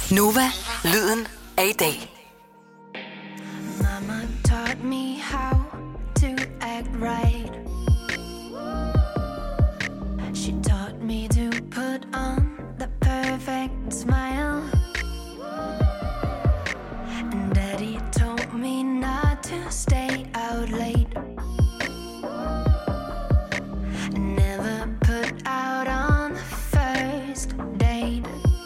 Nova, lyden af i dag. Mama taught me how to act right. She taught me to put on the perfect smile. And Daddy told me not to stay out late. And never put out on the first date.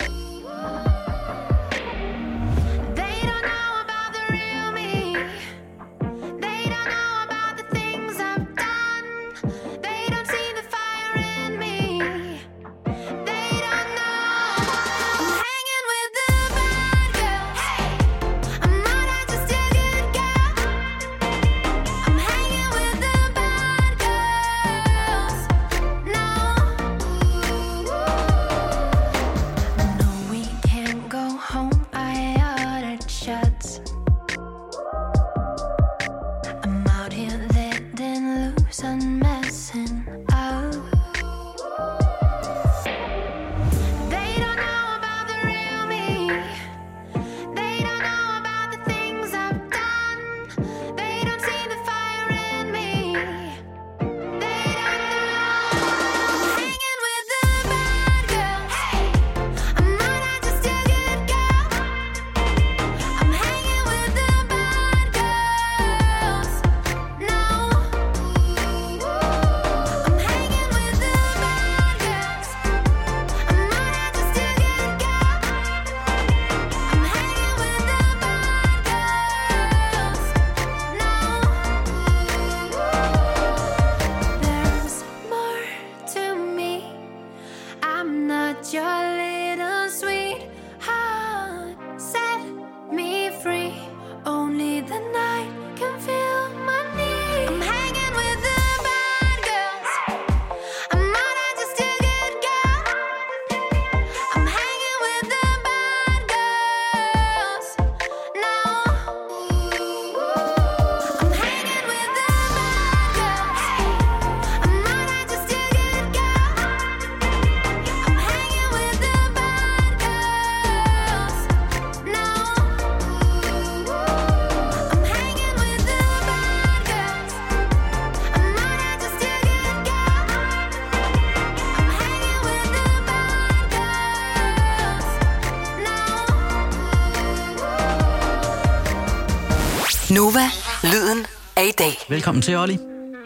Nova, lyden af i dag. Velkommen til, Olli.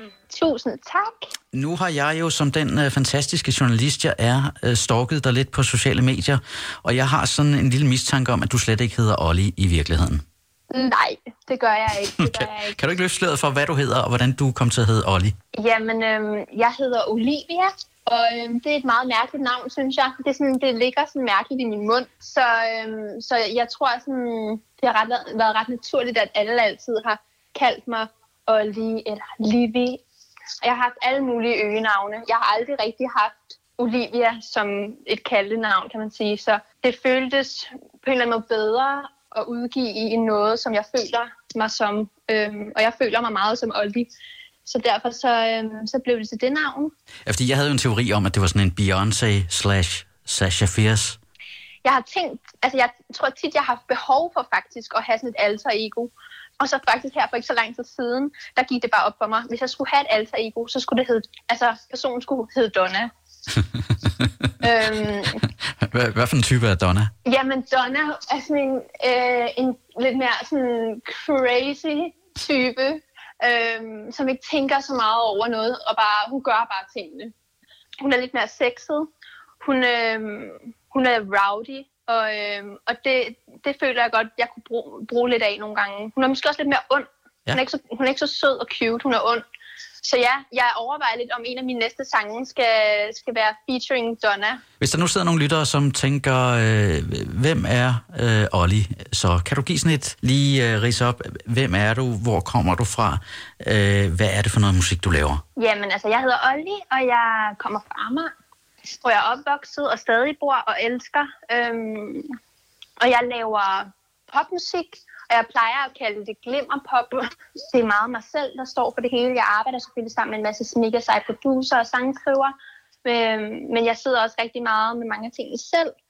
Tusind tak. Nu har jeg jo som den fantastiske journalist, jeg er, stalket dig lidt på sociale medier, og jeg har sådan en lille mistanke om, at du slet ikke hedder Olli i virkeligheden. Nej, det gør jeg ikke. Kan du ikke løfte sløret for, hvad du hedder, og hvordan du kom til at hedde Olli? Jamen, jeg hedder Olivia, og det er et meget mærkeligt navn, synes jeg. Det ligger sådan mærkeligt i min mund, så jeg tror, sådan, det har været ret naturligt, at alle altid har kaldt mig Olli eller Livi. Jeg har haft alle mulige øgenavne. Jeg har aldrig rigtig haft Olivia som et kaldenavn, kan man sige. Så det føltes på en eller anden måde bedre at udgive i noget, som jeg føler mig som. Og jeg føler mig meget som Olli. Så derfor så blev det til det navn. Ja, fordi jeg havde jo en teori om, at det var sådan en Beyoncé/Sasha Fierce. Jeg har tænkt, altså jeg tror tit, jeg har haft behov for faktisk at have sådan et alter ego. Og så faktisk her for ikke så lang tid siden, der gik det bare op for mig. Hvis jeg skulle have et alter ego, så skulle det hedde, altså personen skulle hedde Donna. Hvad for en type er Donna? Jamen Donna er sådan en lidt mere sådan crazy type, som ikke tænker så meget over noget, og hun gør bare tingene. Hun er lidt mere sexet. Hun er rowdy, og det føler jeg godt, jeg kunne bruge lidt af nogle gange. Hun er måske også lidt mere ond. Ja. Hun er ikke så sød og cute, hun er ond. Så ja, jeg overvejer lidt, om en af mine næste sange skal være featuring Donna. Hvis der nu sidder nogle lyttere, som tænker, hvem er Olli? Så kan du give sådan et lige ridse op. Hvem er du? Hvor kommer du fra? Hvad er det for noget musik, du laver? Jamen altså, jeg hedder Olli, og jeg kommer fra Amager, hvor jeg er opvokset og stadig bor og elsker. Og jeg laver popmusik. Og jeg plejer at kalde det glimmerpop. Det er meget mig selv, der står for det hele. Jeg arbejder selvfølgelig sammen med en masse mega seje producer og sangskriver. Men jeg sidder også rigtig meget med mange ting selv.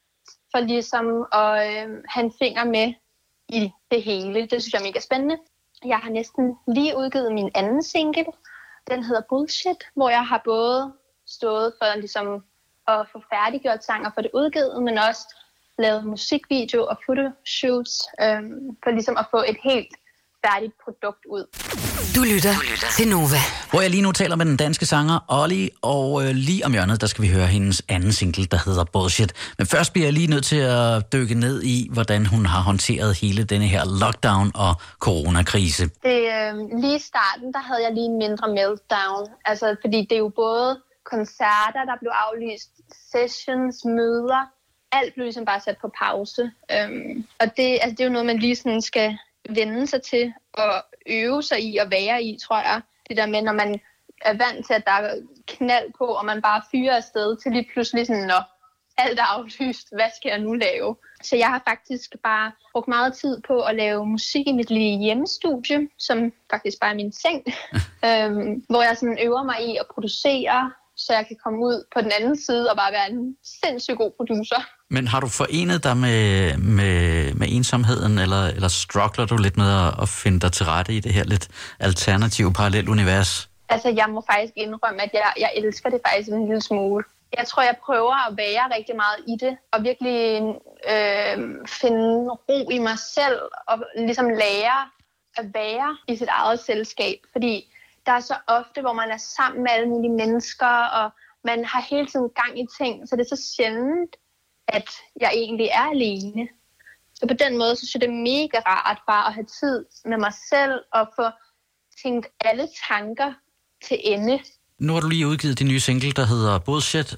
for ligesom at have en finger med i det hele. Det synes jeg er mega spændende. Jeg har næsten lige udgivet min anden single. Den hedder Bullshit, hvor jeg har både stået for ligesom at få færdiggjort sang og få det udgivet, men også lavet musikvideo og fotoshoots for ligesom at få et helt færdigt produkt ud. Du lytter til Nova. Hvor jeg lige nu taler med den danske sanger Olly, og lige om hjørnet, der skal vi høre hendes anden single, der hedder Bullshit. Men først bliver jeg lige nødt til at dykke ned i, hvordan hun har håndteret hele denne her lockdown og coronakrise. Lige i starten, der havde jeg lige en mindre meltdown. Altså, fordi det er jo både koncerter, der blev aflyst, sessions, møder. Alt blev ligesom bare sat på pause. Og det er jo noget, man lige sådan skal vende sig til og øve sig i og være i, tror jeg. Det der med, når man er vant til, at der er knald på, og man bare fyrer afsted til lige pludselig sådan, nå, alt er aflyst, hvad skal jeg nu lave? Så jeg har faktisk bare brugt meget tid på at lave musik i mit lille hjemmestudie, som faktisk bare er min seng, hvor jeg sådan øver mig i at producere, så jeg kan komme ud på den anden side og bare være en sindssygt god producer. Men har du forenet dig med ensomheden, eller struggler du lidt med at finde dig til rette i det her lidt alternative parallelunivers? Altså, jeg må faktisk indrømme, at jeg elsker det faktisk en lille smule. Jeg tror, jeg prøver at være rigtig meget i det, og virkelig finde ro i mig selv, og ligesom lære at være i sit eget selskab. Fordi der er så ofte, hvor man er sammen med alle mulige mennesker, og man har hele tiden gang i ting, så det er så sjældent, at jeg egentlig er alene. Så på den måde, så synes jeg, det er mega rart bare at have tid med mig selv, og få tænkt alle tanker til ende. Nu har du lige udgivet din nye single, der hedder Bullshit.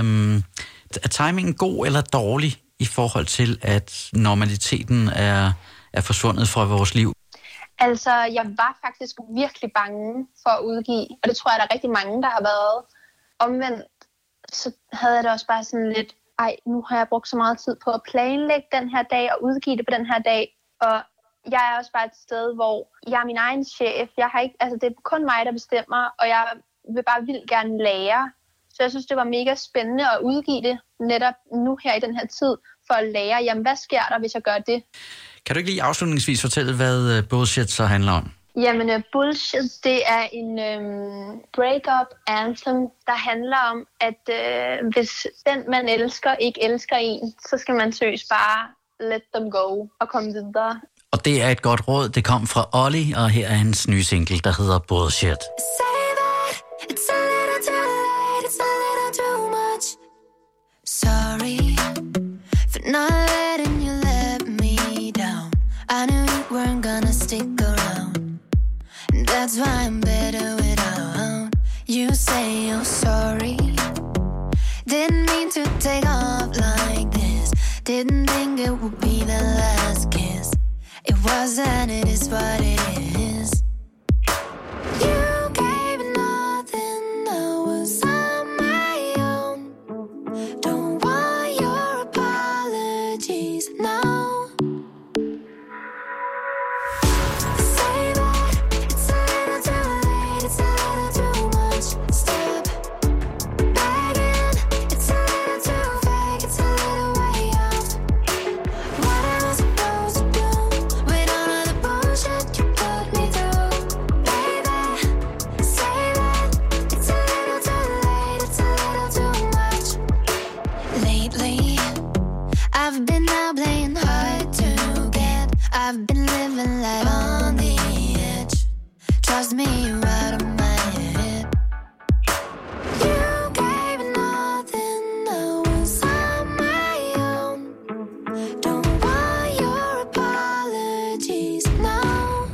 Er timingen god eller dårlig i forhold til, at normaliteten er forsvundet fra vores liv? Altså, jeg var faktisk virkelig bange for at udgive, og det tror jeg, der er rigtig mange, der har været. Omvendt, så havde jeg det også bare sådan lidt, nu har jeg brugt så meget tid på at planlægge den her dag og udgive det på den her dag, og jeg er også bare et sted, hvor jeg er min egen chef. Det er kun mig, der bestemmer, og jeg vil bare vildt gerne lære. Så jeg synes, det var mega spændende at udgive det netop nu her i den her tid, for at lære, jamen hvad sker der, hvis jeg gør det? Kan du ikke lige afslutningsvis fortælle, hvad Bullshit så handler om? Jamen, Bullshit, det er en break-up anthem, der handler om, at hvis den, man elsker, ikke elsker en, så skal man seriøst bare let them go og komme videre. Og det er et godt råd. Det kom fra Olly, og her er hans nye single, der hedder Bullshit. It's a little too late, it's a little too much. Sorry for not letting you let me down. I knew you weren't gonna stick around, and that's why I'm better without you. Say you're sorry. Didn't mean to take off like this. Didn't think it would be the last kiss. It wasn't, it is what it is. You gave nothing that was on my own. Don't want your apologies now. Say that it's a little too late, it's a little too much. Stop begging, it's a little too fake, it's a little way off. What am I supposed to do with all of the bullshit you put me through? Baby, say that it's a little too late, it's a little too much. Lately, I've been out playing hard to get. I've been living life on the edge. Trust me, you're out of my head. You gave nothing that was on my own. Don't want your apologies now.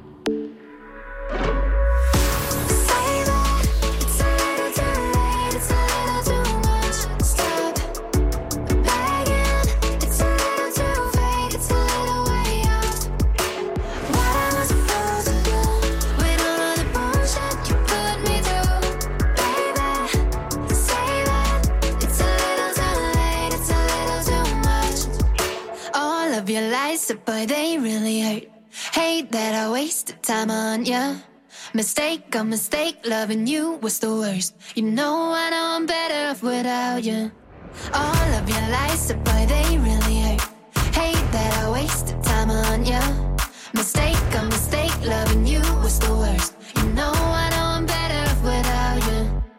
Say that it's a little too late, it's a little too much. Stop begging, it's a little too fake, it's a little way off. What am I supposed to do with all of the bullshit you put me through? Baby, say that it's a little too late, it's a little too much. All of your lies, boy, they really hurt. Hate that I wasted time on ya. Mistake on mistake, loving you was the worst. You know I know I'm better off without you. All of your lies, boy, they really hurt. Hate that I wasted time on you. Mistake, a mistake, loving you was the worst. You know I know I'm better off without you.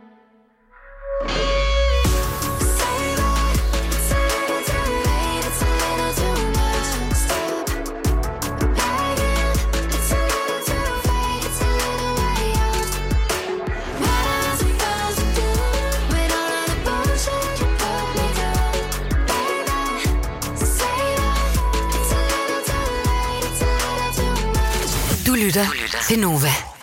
Say that it's a little too late, it's a little too much. Stop begging, it's a little too fake, it's a little way out. What am I supposed to do with all of the bullshit you put me through? Baby, say that it's a little too late, it's a little too much. Du lytter til Nova.